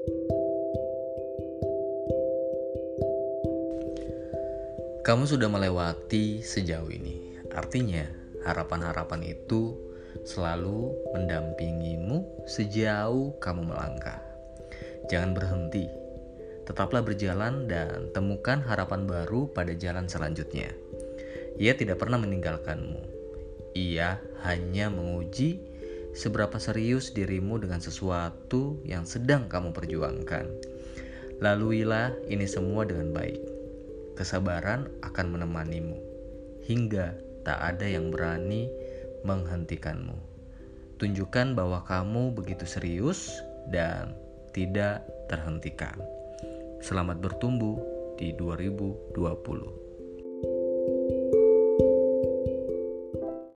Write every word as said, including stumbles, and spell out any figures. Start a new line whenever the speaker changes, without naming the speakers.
Kamu sudah melewati sejauh ini. Artinya, harapan-harapan itu selalu mendampingimu sejauh kamu melangkah. Jangan berhenti. Tetaplah berjalan dan temukan harapan baru pada jalan selanjutnya. Ia tidak pernah meninggalkanmu. Ia hanya menguji seberapa serius dirimu dengan sesuatu yang sedang kamu perjuangkan. Laluilah ini semua dengan baik. Kesabaran akan menemanimu hingga tak ada yang berani menghentikanmu. Tunjukkan bahwa kamu begitu serius dan tidak terhentikan. Selamat bertumbuh di dua ribu dua puluh.